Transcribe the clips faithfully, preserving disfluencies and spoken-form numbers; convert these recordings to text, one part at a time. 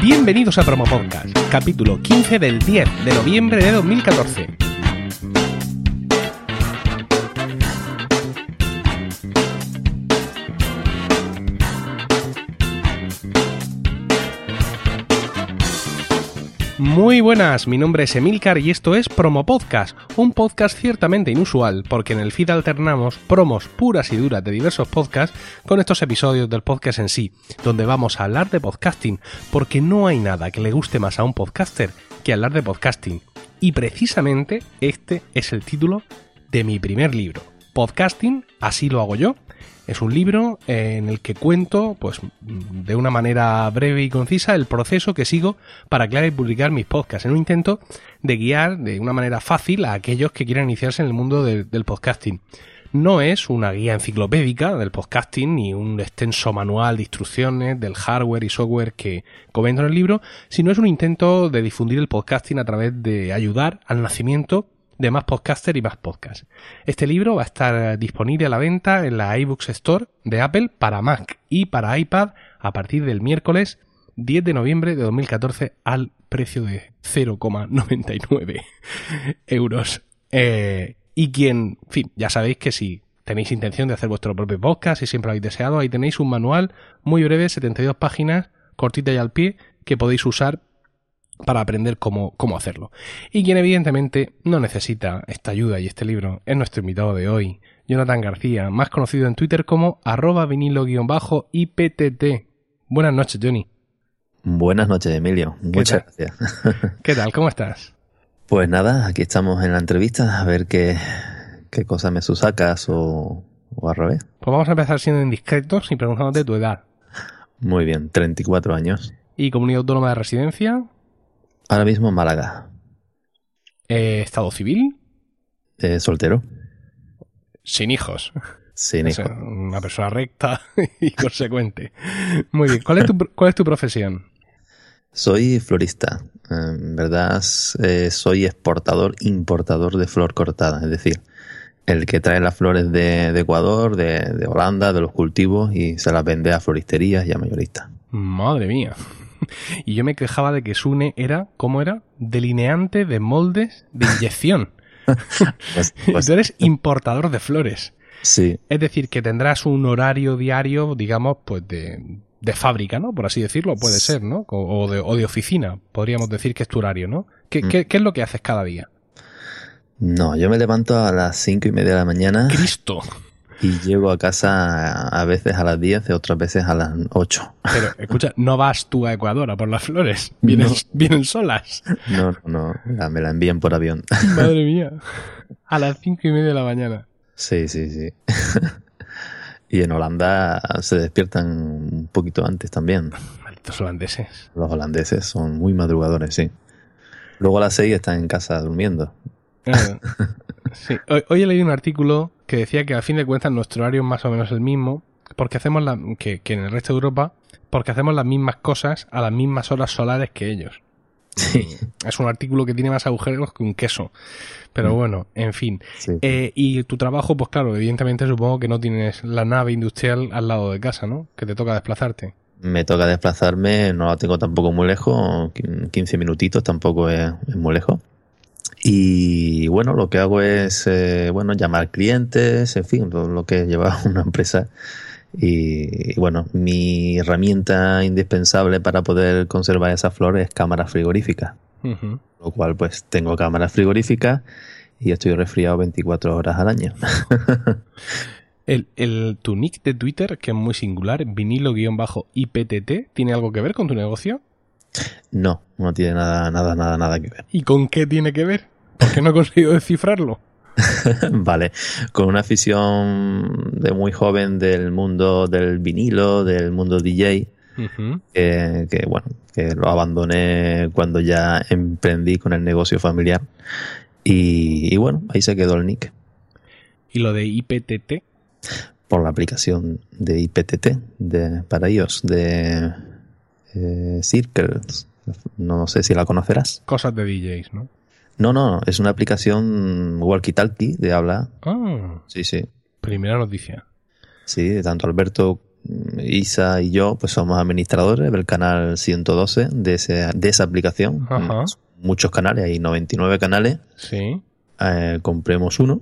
Bienvenidos a Promo Podcast, capítulo quince del diez de noviembre de dos mil catorce. Muy buenas, mi nombre es Emilcar y esto es Promo Podcast, un podcast ciertamente inusual porque en el feed alternamos promos puras y duras de diversos podcasts con estos episodios del podcast en sí, donde vamos a hablar de podcasting, porque no hay nada que le guste más a un podcaster que hablar de podcasting. Y precisamente este es el título de mi primer libro, Podcasting, así lo hago yo. Es un libro en el que cuento, pues, de una manera breve y concisa el proceso que sigo para crear y publicar mis podcasts, en un intento de guiar de una manera fácil a aquellos que quieran iniciarse en el mundo del, del podcasting. No es una guía enciclopédica del podcasting ni un extenso manual de instrucciones del hardware y software que comento en el libro, sino es un intento de difundir el podcasting a través de ayudar al nacimiento de más podcasters y más podcasts. Este libro va a estar disponible a la venta en la iBooks Store de Apple para Mac y para iPad a partir del miércoles diez de noviembre de dos mil catorce al precio de cero coma noventa y nueve euros. Eh, y quien, en fin, ya sabéis que si tenéis intención de hacer vuestro propio podcast, si siempre lo habéis deseado, ahí tenéis un manual muy breve, setenta y dos páginas, cortita y al pie, que podéis usar para aprender cómo, cómo hacerlo. Y quien evidentemente no necesita esta ayuda y este libro es nuestro invitado de hoy, Jonathan García, más conocido en Twitter como arroba vinilo-I P T T. Buenas noches, Johnny. Buenas noches, Emilio. Muchas gracias. ¿Qué tal? ¿Cómo estás? Pues nada, aquí estamos en la entrevista a ver qué, qué cosa me susacas o, o al revés. Pues vamos a empezar siendo indiscretos y preguntándote tu edad. Muy bien, treinta y cuatro años. ¿Y comunidad autónoma de residencia? Ahora mismo en Málaga. Eh, ¿Estado civil? Eh, soltero. Sin hijos. Sin hijos. Una persona recta y consecuente. Muy bien. ¿Cuál es tu, cuál es tu profesión? Soy florista. En verdad, eh, soy exportador, importador de flor cortada. Es decir, el que trae las flores de, de Ecuador, de, de Holanda, de los cultivos y se las vende a floristerías y a mayoristas. Madre mía. Y yo me quejaba de que Sune era, ¿cómo era? Delineante de moldes de inyección. pues, pues, Tú eres importador de flores. Sí. Es decir, que tendrás un horario diario, digamos, pues de, de fábrica, ¿no? Por así decirlo, puede ser, ¿no? O, o, de, o de oficina, podríamos decir que es tu horario, ¿no? ¿Qué, mm. ¿qué, ¿Qué es lo que haces cada día? No, yo me levanto a las cinco y media de la mañana. ¡Cristo! Y llego a casa a veces a las diez y otras veces a las ocho. Pero, escucha, no vas tú a Ecuador a por las flores. Vienen, no. vienen solas. No, no, no. Me la envían por avión. Madre mía. A las cinco y media de la mañana. Sí, sí, sí. Y en Holanda se despiertan un poquito antes también. Malditos holandeses. Los holandeses son muy madrugadores, sí. Luego a las seis están en casa durmiendo. Claro. Sí. Hoy, hoy he leído un artículo que decía que a fin de cuentas nuestro horario es más o menos el mismo, porque hacemos la, que, que en el resto de Europa, porque hacemos las mismas cosas a las mismas horas solares que ellos. Sí. Es un artículo que tiene más agujeros que un queso. Pero bueno, en fin. Sí. Eh, y tu trabajo, pues claro, evidentemente supongo que no tienes la nave industrial al lado de casa, ¿no? Que te toca desplazarte. Me toca desplazarme, no la tengo tampoco muy lejos, quince minutitos tampoco es, es muy lejos. Y bueno, lo que hago es eh, bueno, llamar clientes, en fin, lo, lo que lleva una empresa. Y, y bueno, mi herramienta indispensable para poder conservar esas flores es cámaras frigoríficas. Uh-huh. Lo cual pues tengo cámaras frigoríficas y estoy resfriado veinticuatro horas al año. el, el, ¿Tu nick de Twitter, que es muy singular, vinilo-I P T T, ¿tiene algo que ver con tu negocio? No, no tiene nada, nada, nada, nada que ver. ¿Y con qué tiene que ver? ¿Por qué no he conseguido descifrarlo? Vale, con una afición de muy joven del mundo del vinilo, del mundo D J, uh-huh. que, que bueno, que lo abandoné cuando ya emprendí con el negocio familiar y, y bueno, ahí se quedó el nick. ¿Y lo de I P T T? Por la aplicación de I P T T de, para iOS, de eh, Circles, no sé si la conocerás. Cosas de D Js, ¿no? No, no, es una aplicación walkie-talkie de habla. Ah, sí, sí. Primera noticia. Sí, tanto Alberto Isa y yo pues somos administradores del canal ciento doce de, ese, de esa aplicación. Ajá. Muchos canales, hay noventa y nueve canales. Sí. Eh, compremos uno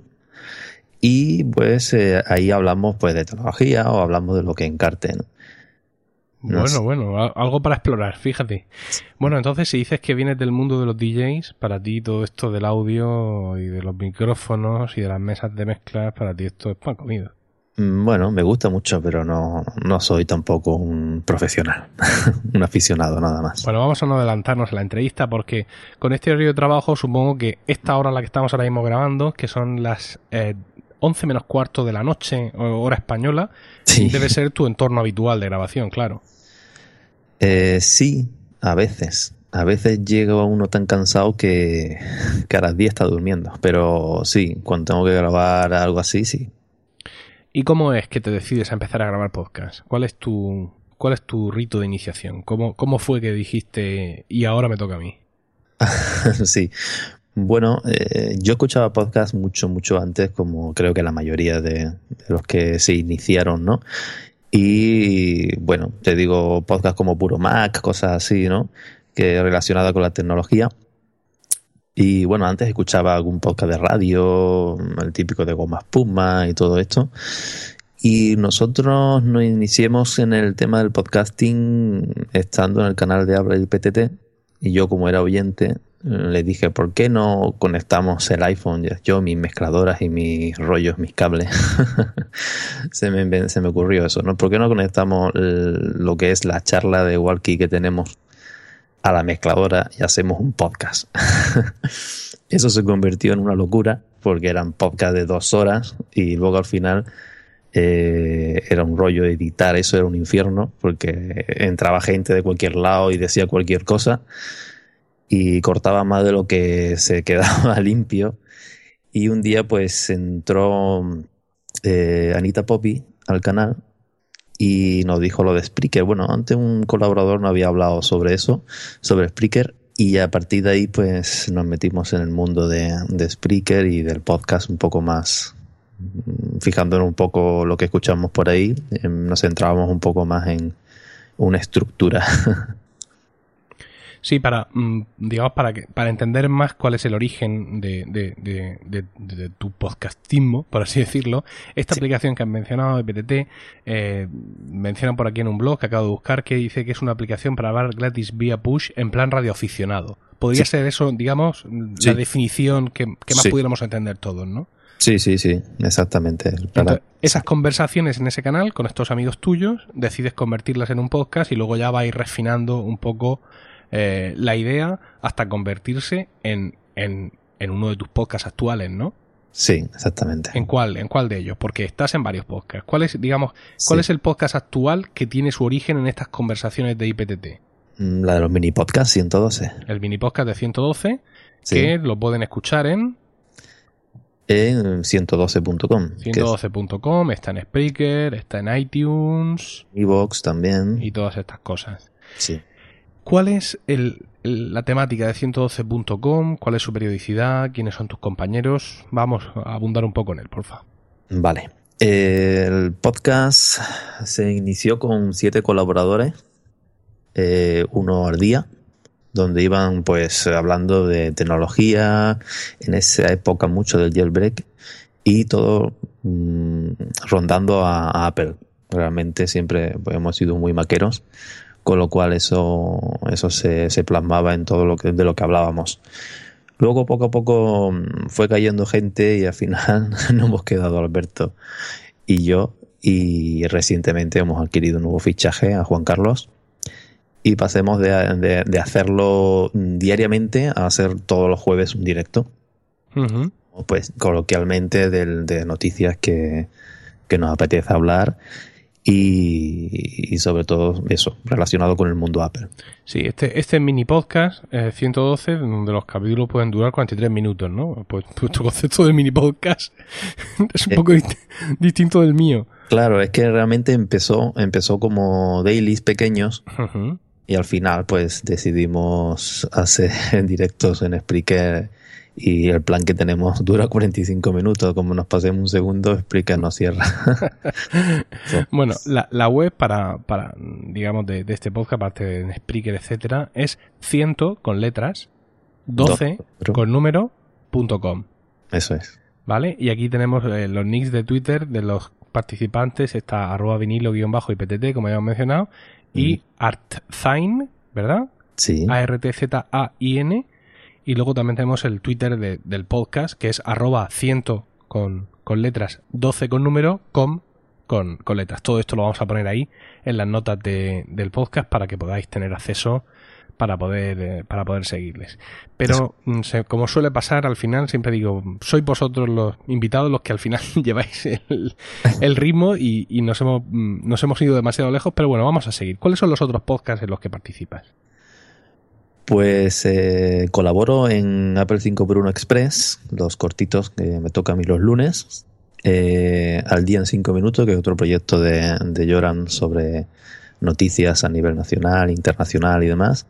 y pues eh, ahí hablamos pues de tecnología o hablamos de lo que encarte, ¿no? No Bueno, sé. bueno, algo para explorar, fíjate. Bueno, entonces si dices que vienes del mundo de los D Js, para ti todo esto del audio y de los micrófonos y de las mesas de mezclas, para ti esto es pan comido. Bueno, me gusta mucho, pero no, no soy tampoco un profesional, un aficionado nada más. Bueno, vamos a no adelantarnos a la entrevista porque con este horario de trabajo supongo que esta hora en la que estamos ahora mismo grabando, que son las eh, once menos cuarto de la noche, hora española, Sí. debe ser tu entorno habitual de grabación, claro. Eh, sí, a veces. A veces llega uno tan cansado que, que a las diez está durmiendo. Pero sí, cuando tengo que grabar algo así, sí. ¿Y cómo es que te decides a empezar a grabar podcast? ¿Cuál es tu, cuál es tu rito de iniciación? ¿Cómo, cómo fue que dijiste y ahora me toca a mí? Sí. Bueno, eh, yo escuchaba podcast mucho, mucho antes, como creo que la mayoría de, de los que se iniciaron, ¿no? Y bueno, te digo, podcast como Puro Mac, cosas así, ¿no? Que relacionada con la tecnología. Y bueno, antes escuchaba algún podcast de radio, el típico de Gomas Puma y todo esto. Y nosotros nos iniciemos en el tema del podcasting estando en el canal de Habla I P T T. Y yo, como era oyente, le dije, ¿por qué no conectamos el iPhone? Yo, mis mezcladoras y mis rollos, mis cables. se, me, se me ocurrió eso, ¿no? ¿Por qué no conectamos el, lo que es la charla de Walkie que tenemos a la mezcladora y hacemos un podcast? Eso se convirtió en una locura porque eran podcasts de dos horas y luego al final eh, era un rollo editar, eso era un infierno porque entraba gente de cualquier lado y decía cualquier cosa y cortaba más de lo que se quedaba limpio. Y un día pues entró eh, Anita Poppy al canal y nos dijo lo de Spreaker. Bueno, antes un colaborador no había hablado sobre eso, sobre Spreaker, y a partir de ahí pues nos metimos en el mundo de, de Spreaker y del podcast un poco más, fijándonos un poco lo que escuchamos por ahí, nos centrábamos un poco más en una estructura. Sí, para, digamos, para que para entender más cuál es el origen de, de, de, de, de tu podcastismo, por así decirlo, esta sí. aplicación que han mencionado, I P T T, eh, mencionan por aquí en un blog que acabo de buscar que dice que es una aplicación para hablar gratis vía push en plan radioaficionado. Podría sí. ser eso, digamos, sí. la definición que, que más sí. pudiéramos entender todos, ¿no? Sí, sí, sí, exactamente. Para... Entonces, esas conversaciones en ese canal con estos amigos tuyos, decides convertirlas en un podcast y luego ya vais refinando un poco Eh, la idea hasta convertirse en, en, en uno de tus podcasts actuales, ¿no? Sí, exactamente. ¿En cuál? ¿En cuál de ellos? Porque estás en varios podcasts. ¿Cuál es, digamos, cuál sí. es el podcast actual que tiene su origen en estas conversaciones de I P T T? La de los mini podcasts ciento doce. El mini podcast de ciento doce, sí. que lo pueden escuchar en en ciento doce punto com. ciento doce punto com, está en Spreaker, está en iTunes, iVoox también y todas estas cosas. Sí. ¿Cuál es el, el, la temática de ciento doce punto com? ¿Cuál es su periodicidad? ¿Quiénes son tus compañeros? Vamos a abundar un poco en él, porfa. Vale. El podcast se inició con siete colaboradores, eh, uno al día, donde iban pues hablando de tecnología, en esa época mucho del jailbreak, y todo mmm, rondando a, a Apple. Realmente siempre pues, hemos sido muy maqueros, con lo cual eso, eso se, se plasmaba en todo lo que, de lo que hablábamos. Luego poco a poco fue cayendo gente y al final nos hemos quedado Alberto y yo, y recientemente hemos adquirido un nuevo fichaje a Juan Carlos y pasemos de, de, de hacerlo diariamente a hacer todos los jueves un directo. Uh-huh. Pues coloquialmente de, de noticias que, que nos apetece hablar. Y, y sobre todo eso, relacionado con el mundo Apple. Sí, este, este mini podcast eh, ciento doce, donde los capítulos pueden durar cuarenta y tres minutos, ¿no? Pues tu concepto de mini podcast es un eh, poco dist- distinto del mío. Claro, es que realmente empezó, empezó como dailies pequeños. Uh-huh. Y al final pues decidimos hacer directos en Spreaker y el plan que tenemos dura cuarenta y cinco minutos. Como nos pasemos un segundo, explica, no cierra. So. Bueno, la, la web para, para digamos, de, de este podcast, aparte de Spreaker, etcétera, es cien con letras, doce Do, con número, punto com. Eso es. ¿Vale? Y aquí tenemos eh, los nicks de Twitter de los participantes. Está arroba vinilo guión bajo y ptt, como ya hemos mencionado, mm. y Artzain, ¿verdad? Sí. A R T Z A I N. Y luego también tenemos el Twitter de, del podcast, que es arroba cien con, con letras, doce con número, com con, con letras. Todo esto lo vamos a poner ahí en las notas de, del podcast para que podáis tener acceso para poder eh, para poder seguirles. Pero se, como suele pasar, al final siempre digo, sois vosotros los invitados los que al final lleváis el, el ritmo y, y nos hemos nos hemos ido demasiado lejos, pero bueno, vamos a seguir. ¿Cuáles son los otros podcasts en los que participas? Pues eh, colaboro en Apple cinco por uno Express, los cortitos que me tocan a mí los lunes, eh, al día en cinco minutos, que es otro proyecto de, de Joran sobre noticias a nivel nacional, internacional y demás.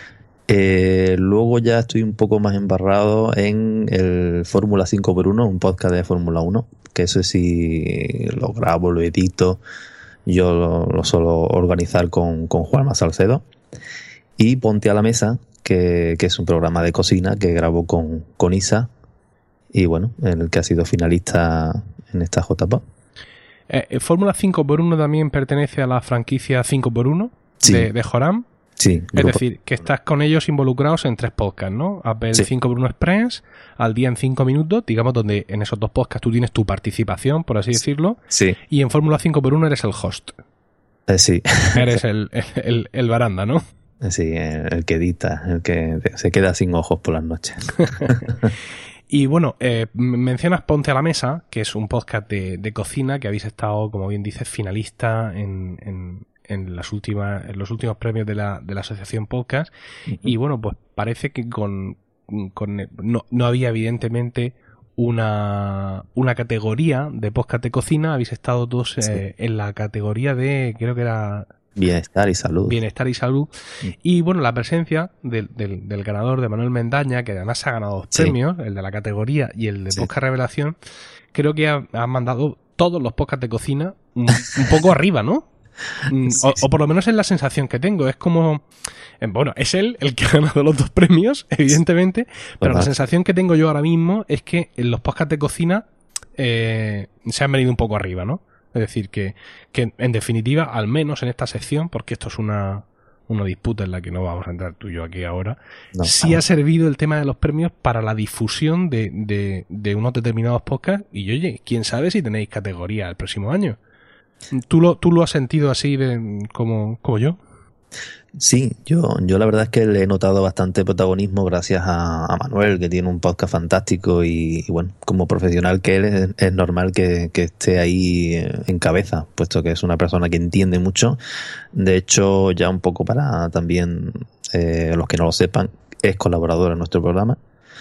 Eh, luego ya estoy un poco más embarrado en el Fórmula cinco por uno, un podcast de Fórmula uno, que eso sí lo grabo, lo edito, yo lo, lo suelo organizar con, con Juanma Salcedo. Y Ponte a la Mesa, que, que es un programa de cocina que grabo con, con Isa, y bueno, en el que ha sido finalista en esta J P A. Eh, ¿Fórmula cinco por uno también pertenece a la franquicia cinco por uno sí. de, de Joram? Sí. Es grupo. decir, que estás con ellos involucrados en tres podcasts, ¿no? Apple sí. cinco por uno Express, al día en cinco minutos, digamos, donde en esos dos podcasts tú tienes tu participación, por así decirlo. Sí. Y en Fórmula cinco por uno eres el host. Eh, sí. Eres el, el, el, el baranda, ¿no? Sí, el que edita, el que se queda sin ojos por las noches. Y bueno, eh, mencionas Ponte a la Mesa, que es un podcast de, de cocina que habéis estado, como bien dices, finalista en, en, en las últimas, en los últimos premios de la, de la Asociación Podcast. Uh-huh. Y bueno, pues parece que con, con no, no había evidentemente una, una categoría de podcast de cocina. Habéis estado todos eh, sí. en la categoría de, creo que era Bienestar y salud. Bienestar y salud. Sí. Y bueno, la presencia del, del, del ganador, de Manuel Mendaña, que además ha ganado dos sí. premios, el de la categoría y el de sí. Podcast Revelación, creo que ha, ha mandado todos los podcasts de cocina un, un poco arriba, ¿no? Sí, o, sí. o por lo menos es la sensación que tengo. Es como, bueno, es él el que ha ganado los dos premios, evidentemente, pero la sensación que tengo yo ahora mismo es que en los podcasts de cocina eh, se han venido un poco arriba, ¿no? Es decir, que, que en definitiva, al menos en esta sección, porque esto es una, una disputa en la que no vamos a entrar tú y yo aquí ahora, no, sí no. ha servido el tema de los premios para la difusión de, de, de unos determinados podcasts. Y oye, quién sabe si tenéis categoría el próximo año. ¿Tú lo, tú lo has sentido así de, como, como yo? Sí, yo, yo la verdad es que le he notado bastante protagonismo gracias a, a Manuel, que tiene un podcast fantástico y, y bueno, como profesional que él es, es normal que, que esté ahí en cabeza, puesto que es una persona que entiende mucho. De hecho, ya un poco para también eh, los que no lo sepan, es colaborador en nuestro programa.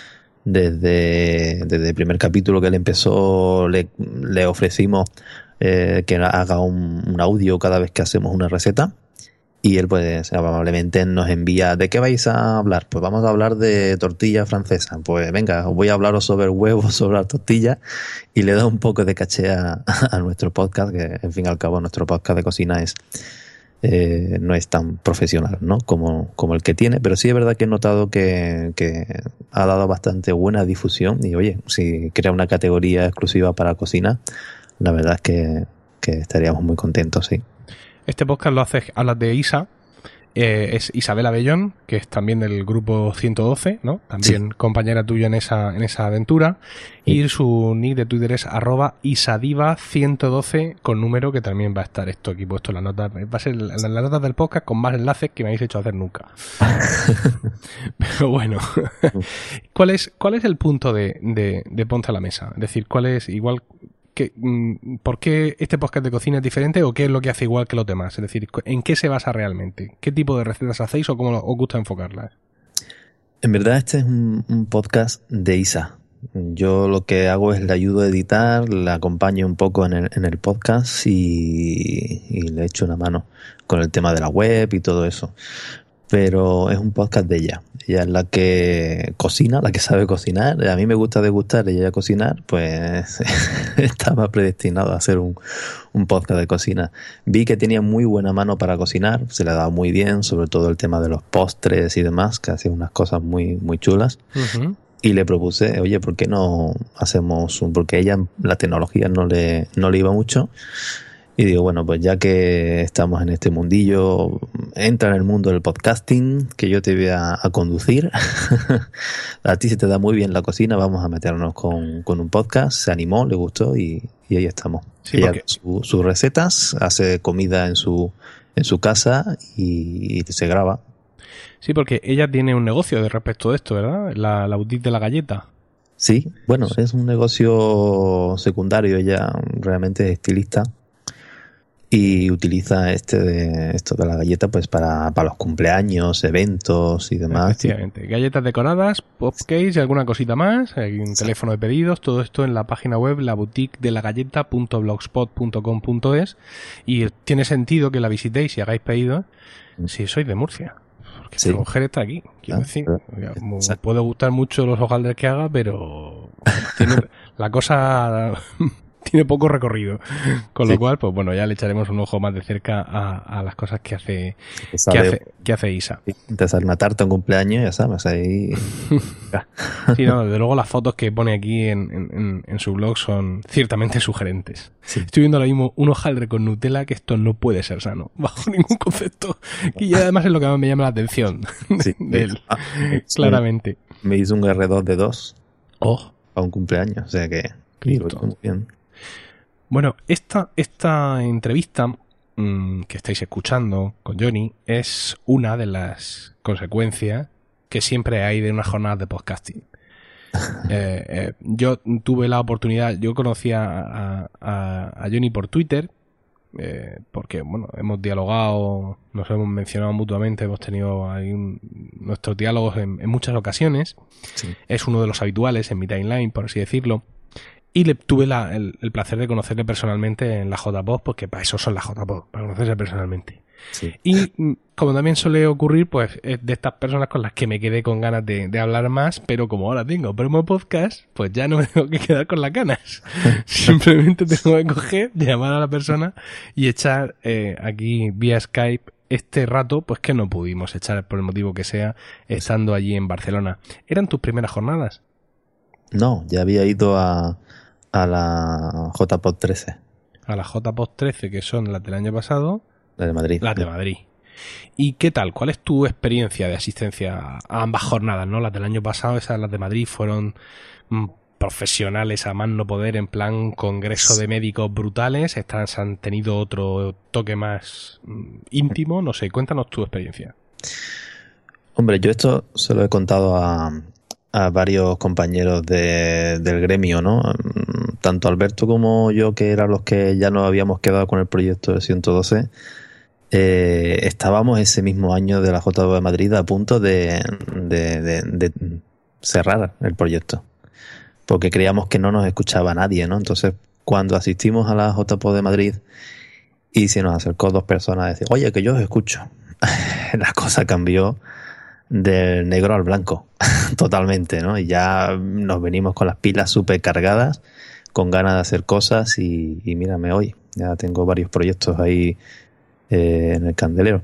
Desde, desde el primer capítulo que él empezó, le, le ofrecimos eh, que haga un, un audio cada vez que hacemos una receta. Y él, pues, amablemente nos envía, ¿de qué vais a hablar? Pues vamos a hablar de tortilla francesa. Pues venga, os voy a hablaros sobre el huevo, sobre la tortilla, y le da un poco de caché a, a nuestro podcast, que en fin y al cabo nuestro podcast de cocina es eh, no es tan profesional, ¿no? Como, como el que tiene, pero sí es verdad que he notado que, que ha dado bastante buena difusión. Y oye, si crea una categoría exclusiva para cocina, la verdad es que, que estaríamos muy contentos, sí. Este podcast lo haces, hablas de Isa, eh, es Isabel Abellón, que es también del grupo ciento doce, ¿no? También sí. compañera tuya en esa, en esa aventura. Sí. Y su nick de Twitter es arroba isadiva ciento doce con número, que también va a estar esto aquí puesto en las notas. Va a ser en las notas del podcast con más enlaces que me habéis hecho hacer nunca. Pero bueno, ¿cuál es, cuál es el punto de, de, de Ponte a la Mesa? Es decir, ¿cuál es igual... Que, ¿por qué este podcast de cocina es diferente o qué es lo que hace igual que los demás? Es decir, ¿en qué se basa realmente? ¿Qué tipo de recetas hacéis o cómo os gusta enfocarlas? En verdad este es un, un podcast de Isa. Yo lo que hago es le ayudo a editar, la acompaño un poco en el, en el podcast y, y le echo una mano con el tema de la web y todo eso. Pero es un podcast de ella. ella es la que cocina, la que sabe cocinar. A mí me gusta degustar y ella cocinar, pues estaba predestinado a hacer un, un podcast de cocina. Vi que tenía muy buena mano para cocinar, se le daba muy bien, sobre todo el tema de los postres y demás, que hacía unas cosas muy, muy chulas. Uh-huh. Y le propuse, oye, ¿por qué no hacemos un...? Porque ella la tecnología no le, no le iba mucho. Y digo, bueno, pues ya que estamos en este mundillo, entra en el mundo del podcasting, que yo te voy a, a conducir. A ti se te da muy bien la cocina, vamos a meternos con, con un podcast. Se animó, le gustó y, y ahí estamos. Sí, ella porque... su, sus recetas, hace comida en su, en su casa y, y se graba. Sí, porque ella tiene un negocio de respecto de esto, ¿verdad? La, la boutique de la galleta. Sí, bueno, sí. Es un negocio secundario. Ella realmente es estilista y utiliza este de esto de la galleta pues para, para los cumpleaños, eventos y demás. Efectivamente. Galletas decoradas, popcakes y alguna cosita más. Hay un sí. teléfono de pedidos. Todo esto en la página web la boutique de la galleta punto blogspot punto com punto es. Y tiene sentido que la visitéis y hagáis pedidos si sois de Murcia. Porque sí. esta mujer está aquí. Quiero ah, decir, me puede gustar mucho los hojaldres que haga, pero tiene la cosa... tiene poco recorrido, con sí. lo cual, pues bueno, ya le echaremos un ojo más de cerca a, a las cosas que hace, que hace, que hace Isa. Te sale una tarta en cumpleaños, ya sabes, ahí... Sí, no, desde luego las fotos que pone aquí en, en, en su blog son ciertamente sugerentes. Sí. Estoy viendo ahora mismo un hojaldre con Nutella que esto no puede ser sano, bajo ningún concepto, y además es lo que más me llama la atención sí. de él, ah, claramente. Me hizo un R dos de dos oh. a un cumpleaños, o sea que... Lo hizo muy bien. Bueno, esta, esta entrevista mmm, que estáis escuchando con Johnny es una de las consecuencias que siempre hay de una jornada de podcasting. eh, eh, yo tuve la oportunidad, yo conocí a, a, a Johnny por Twitter, eh, porque bueno, hemos dialogado, nos hemos mencionado mutuamente, hemos tenido ahí un, nuestros diálogos en, en muchas ocasiones. Sí. Es uno de los habituales en mi timeline, por así decirlo. Y le tuve la, el, el placer de conocerle personalmente en la J P O D, porque para eso son las J P O D, para conocerse personalmente. Sí. Y como también suele ocurrir, pues es de estas personas con las que me quedé con ganas de, de hablar más, pero como ahora tengo promo podcast, pues ya no me tengo que quedar con las ganas. Simplemente tengo que coger, llamar a la persona y echar eh, aquí vía Skype este rato, pues que no pudimos echar por el motivo que sea, estando allí en Barcelona. ¿Eran tus primeras jornadas? No, ya había ido a... a la J P O D trece. A la J P O D trece, que son las del año pasado. Las de Madrid. Las de Madrid. ¿Y qué tal? ¿Cuál es tu experiencia de asistencia a ambas jornadas, no? Las del año pasado, esas las de Madrid, fueron mm, profesionales a más no poder, en plan congreso de médicos brutales. Estas han tenido otro toque más mm, íntimo. No sé, cuéntanos tu experiencia. Hombre, yo esto se lo he contado a... a varios compañeros de, del gremio, ¿no? Tanto Alberto como yo, que eran los que ya nos habíamos quedado con el proyecto de ciento doce, eh, estábamos ese mismo año de la J P O D de Madrid a punto de, de, de, de cerrar el proyecto, porque creíamos que no nos escuchaba nadie, ¿no? Entonces, cuando asistimos a la J P O D de Madrid y se nos acercó dos personas a decir, oye, que yo os escucho, la cosa cambió del negro al blanco, totalmente, ¿no? Y ya nos venimos con las pilas súper cargadas, con ganas de hacer cosas y, y mírame hoy, ya tengo varios proyectos ahí eh, en el candelero.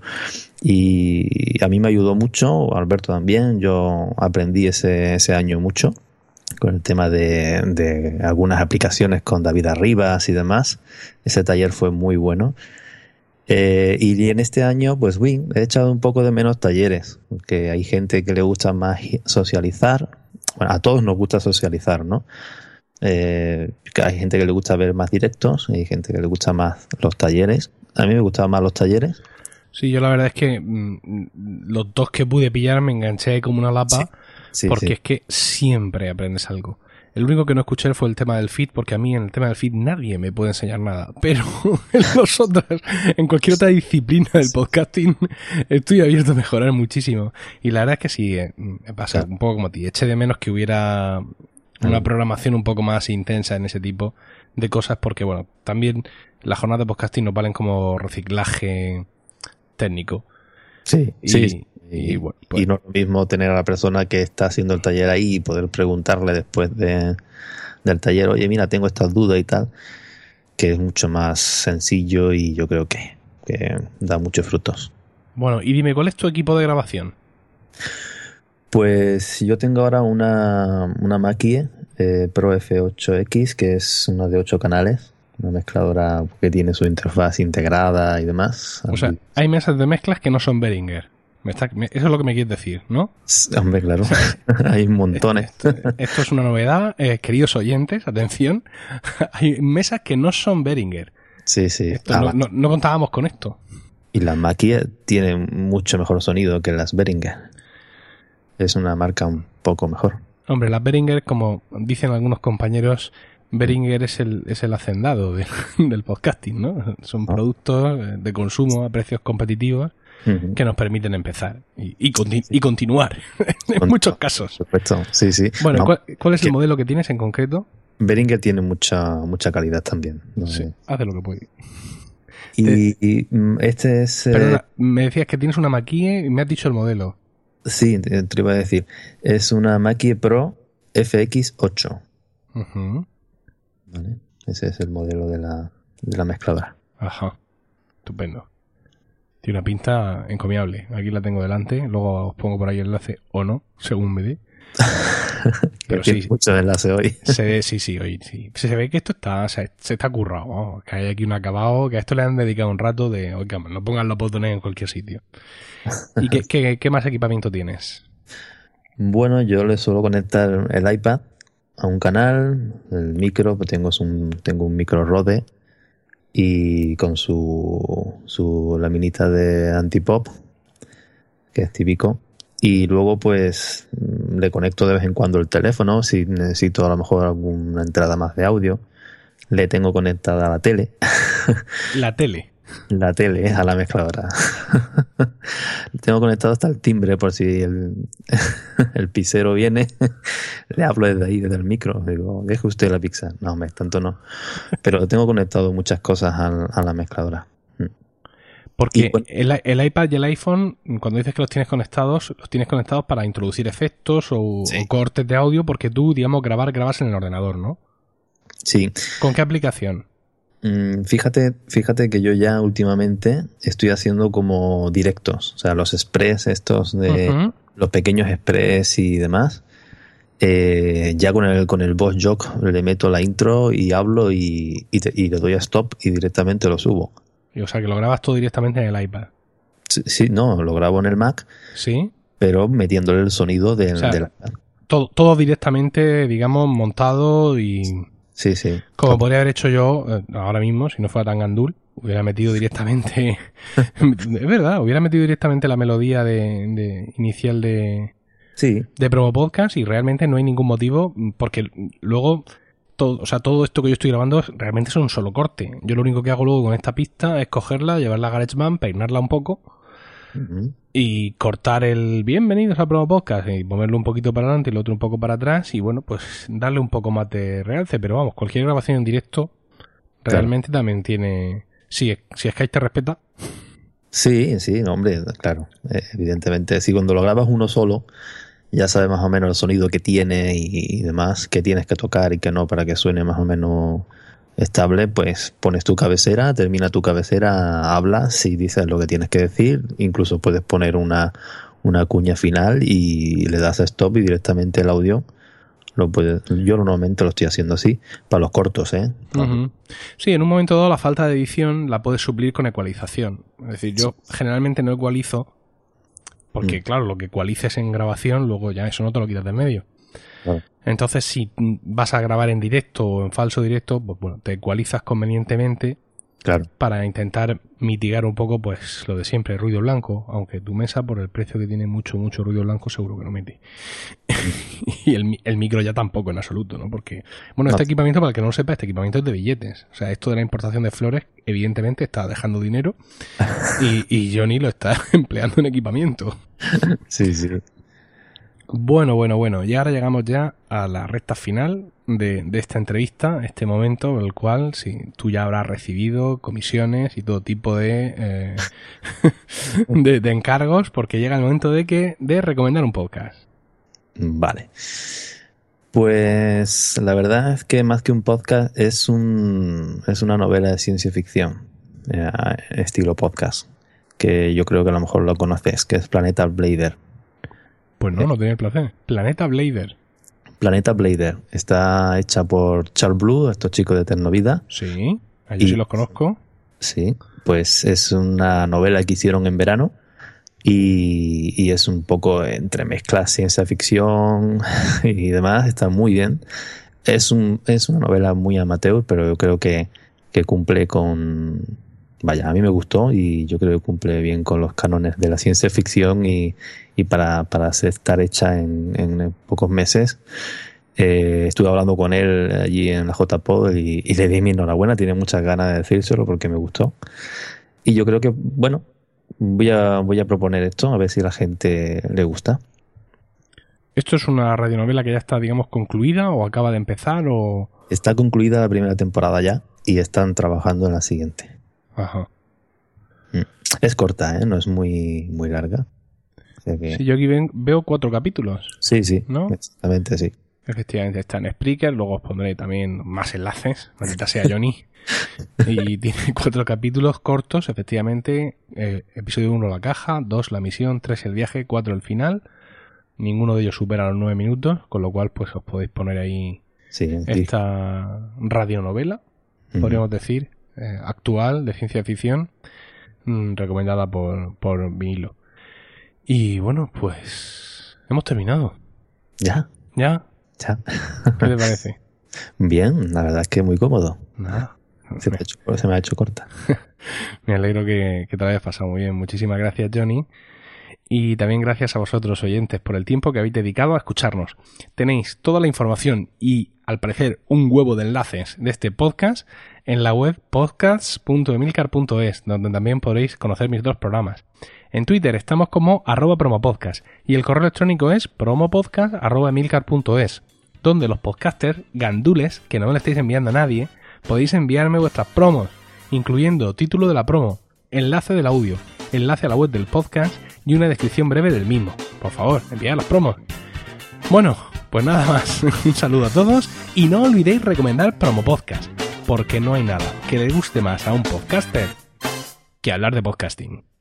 Y a mí me ayudó mucho, Alberto también, yo aprendí ese, ese año mucho con el tema de, de algunas aplicaciones con David Arribas y demás. Ese taller fue muy bueno. Eh, y en este año, pues, oui, he echado un poco de menos talleres, porque hay gente que le gusta más socializar. Bueno, a todos nos gusta socializar, ¿no? Eh, hay gente que le gusta ver más directos, hay gente que le gusta más los talleres. A mí me gustaban más los talleres. Sí, yo la verdad es que mmm, los dos que pude pillar me enganché como una lapa, sí, sí, porque sí. Es que siempre aprendes algo. El único que no escuché fue el tema del feed, porque a mí en el tema del feed nadie me puede enseñar nada. Pero en los otros, en cualquier otra disciplina del podcasting, estoy abierto a mejorar muchísimo. Y la verdad es que sí, me pasa un poco como a ti. Eché de menos que hubiera una programación un poco más intensa en ese tipo de cosas, porque bueno, también las jornadas de podcasting nos valen como reciclaje técnico. Sí, y, sí. Y, y, bueno, pues, y no es lo mismo tener a la persona que está haciendo el taller ahí y poder preguntarle después de, del taller, oye, mira, tengo estas dudas y tal, que es mucho más sencillo y yo creo que, que da muchos frutos. Bueno, y dime, ¿cuál es tu equipo de grabación? Pues yo tengo ahora una, una Mackie eh, Pro F ocho X, que es una de ocho canales, una mezcladora que tiene su interfaz integrada y demás. O sea, hay mesas de mezclas que no son Behringer. Me está, me, eso es lo que me quieres decir, ¿no? Hombre, claro. Hay montones. Esto, esto es una novedad. Eh, queridos oyentes, atención. Hay mesas que no son Behringer. Sí, sí. Esto, ah, no, no, no contábamos con esto. Y las Mackie tienen mucho mejor sonido que las Behringer. Es una marca un poco mejor. Hombre, las Behringer, como dicen algunos compañeros, Behringer es el, es el hacendado de, del podcasting, ¿no? Son oh. productos de consumo a precios competitivos uh-huh. que nos permiten empezar y, y, continu- y continuar en Con, muchos casos. Perfecto, sí, sí. Bueno, no, ¿cuál, ¿cuál es el modelo que tienes en concreto? Behringer tiene mucha mucha calidad también. ¿no? Sí, hace lo que puede. Y, Te... y este es... Perdona, eh... me decías que tienes una Mackie y me has dicho el modelo. Sí, te, te iba a decir. Es una Mackie Pro F X ocho. Uh-huh. ¿Vale? Ese es el modelo de la, de la mezcladora. Ajá, estupendo. Tiene una pinta encomiable. Aquí la tengo delante, luego os pongo por ahí el enlace o no, según me dé. Pero sí, mucho enlace hoy. Se ve, sí, sí, hoy sí. Se ve que esto está, se, se está currado, ¿no? Que hay aquí un acabado, que a esto le han dedicado un rato de, oiga, no pongan los botones en cualquier sitio. ¿Y qué, qué, qué más equipamiento tienes? Bueno, yo le suelo conectar el iPad a un canal, el micro, pues tengo un, tengo un micro Rode y con su, su laminita de antipop, que es típico. Y luego pues le conecto de vez en cuando el teléfono, si necesito a lo mejor alguna entrada más de audio. Le tengo conectada la tele. ¿La tele? La tele a la mezcladora. Tengo conectado hasta el timbre por si el, el pizzero viene. Le hablo desde ahí, desde el micro. Digo, deje usted la pizza. No, hombre, tanto no. Pero tengo conectado muchas cosas a, a la mezcladora. Porque y, bueno, el, el iPad y el iPhone, cuando dices que los tienes conectados, los tienes conectados para introducir efectos o, sí. o cortes de audio, porque tú, digamos, grabar, grabas en el ordenador, ¿no? Sí. ¿Con qué aplicación? Mm, fíjate, fíjate que yo ya últimamente estoy haciendo como directos, o sea, los express estos de uh-huh. los pequeños express y demás. Eh, ya con el con el Boss Jock le meto la intro y hablo y, y, te, y le doy a stop y directamente lo subo. O sea, que lo grabas todo directamente en el iPad. Sí, sí, no, lo grabo en el Mac. Sí. Pero metiéndole el sonido del, o sea, del iPad. Todo, todo directamente, digamos, montado y... Sí, sí. Como todo. Podría haber hecho yo ahora mismo, si no fuera tan gandul, hubiera metido directamente... es verdad, hubiera metido directamente la melodía de, de inicial de... Sí. De Promo Podcast y realmente no hay ningún motivo, porque luego... Todo, o sea, todo esto que yo estoy grabando realmente es un solo corte. Yo lo único que hago luego con esta pista es cogerla, llevarla a GarageBand, peinarla un poco uh-huh. y cortar el bienvenidos a Promo Podcast y moverlo un poquito para adelante y el otro un poco para atrás y bueno, pues darle un poco más de realce. Pero vamos, cualquier grabación en directo realmente claro. también tiene... Si, si Skype te respeta. Sí, sí, no, hombre, claro. Eh, evidentemente, si cuando lo grabas uno solo... ya sabes más o menos el sonido que tiene y, y demás, que tienes que tocar y que no para que suene más o menos estable, pues pones tu cabecera, termina tu cabecera, hablas y dices lo que tienes que decir, incluso puedes poner una, una cuña final y le das a stop y directamente el audio lo puedes, yo normalmente lo estoy haciendo así, para los cortos, ¿eh? Uh-huh. Sí, en un momento dado la falta de edición la puedes suplir con ecualización, es decir, yo sí. generalmente no ecualizo porque, claro, lo que ecualices en grabación, luego ya eso no te lo quitas de medio. Claro. Entonces, si vas a grabar en directo o en falso directo, pues bueno, te ecualizas convenientemente claro. para intentar mitigar un poco, pues, lo de siempre, el ruido blanco. Aunque tu mesa, por el precio que tiene mucho, mucho ruido blanco, seguro que no mete. Y el, el micro ya tampoco en absoluto, ¿no? Porque, bueno, este no. equipamiento, para el que no lo sepa, este equipamiento es de billetes. O sea, esto de la importación de flores, evidentemente está dejando dinero y, y Johnny lo está empleando en equipamiento. Sí, sí. Bueno, bueno, bueno. Y ahora llegamos ya a la recta final de, de esta entrevista, este momento en el cual sí, tú ya habrás recibido comisiones y todo tipo de, eh, de, de encargos, porque llega el momento de que de recomendar un podcast. Vale. Pues la verdad es que más que un podcast es un es una novela de ciencia ficción, eh, estilo podcast, que yo creo que a lo mejor lo conoces, que es Planeta Blader. Pues no, no tenía el placer. Planeta Blader. Planeta Blader. Está hecha por Charles Blue, estos chicos de Ternovida. Sí, yo sí los conozco. Sí, pues es una novela que hicieron en verano y, y es un poco entremezcla ciencia ficción y demás. Está muy bien. Es, un, es una novela muy amateur, pero yo creo que, que cumple con... Vaya, a mí me gustó y yo creo que cumple bien con los cánones de la ciencia ficción y, y para, para estar hecha en, en pocos meses. Eh, estuve hablando con él allí en la J P O D y, y le di mi enhorabuena. Tiene muchas ganas de decírselo porque me gustó. Y yo creo que, bueno, voy a, voy a proponer esto a ver si a la gente le gusta. ¿Esto es una radionovela que ya está, digamos, concluida o acaba de empezar o...? Está concluida la primera temporada ya y están trabajando en la siguiente. Ajá. Es corta, ¿eh? No es muy, muy larga. O sea que... Sí, yo aquí ven, veo cuatro capítulos. Sí, sí, ¿no? Exactamente, sí. Efectivamente, está en Spreaker, luego os pondré también más enlaces, maldita sea Johnny. Y tiene cuatro capítulos cortos, efectivamente. Eh, episodio uno, la caja, dos, la misión, tres, el viaje, cuatro, el final. Ninguno de ellos supera los nueve minutos, con lo cual pues os podéis poner ahí sí, esta sí. radionovela, uh-huh. podríamos decir, eh, actual, de ciencia ficción, mmm, recomendada por, por Vinilo. Y bueno, pues hemos terminado. ¿Ya? ¿Ya? Ya. ¿Qué te parece? Bien, la verdad es que muy cómodo. Nada. Se me ha hecho, se me ha hecho corta. Me alegro que, que te lo hayas pasado muy bien. Muchísimas gracias, Johnny. Y también gracias a vosotros, oyentes, por el tiempo que habéis dedicado a escucharnos. Tenéis toda la información y, al parecer, un huevo de enlaces de este podcast en la web podcasts punto emilcar punto es, donde también podréis conocer mis dos programas. En Twitter estamos como arroba promopodcast y el correo electrónico es promopodcast arroba emilcar punto es, donde los podcasters gandules, que no le estáis enviando a nadie, podéis enviarme vuestras promos, incluyendo título de la promo, enlace del audio, enlace a la web del podcast y una descripción breve del mismo. Por favor, enviad las promos. Bueno, pues nada más. Un saludo a todos y no olvidéis recomendar Promo Podcast, porque no hay nada que le guste más a un podcaster que hablar de podcasting.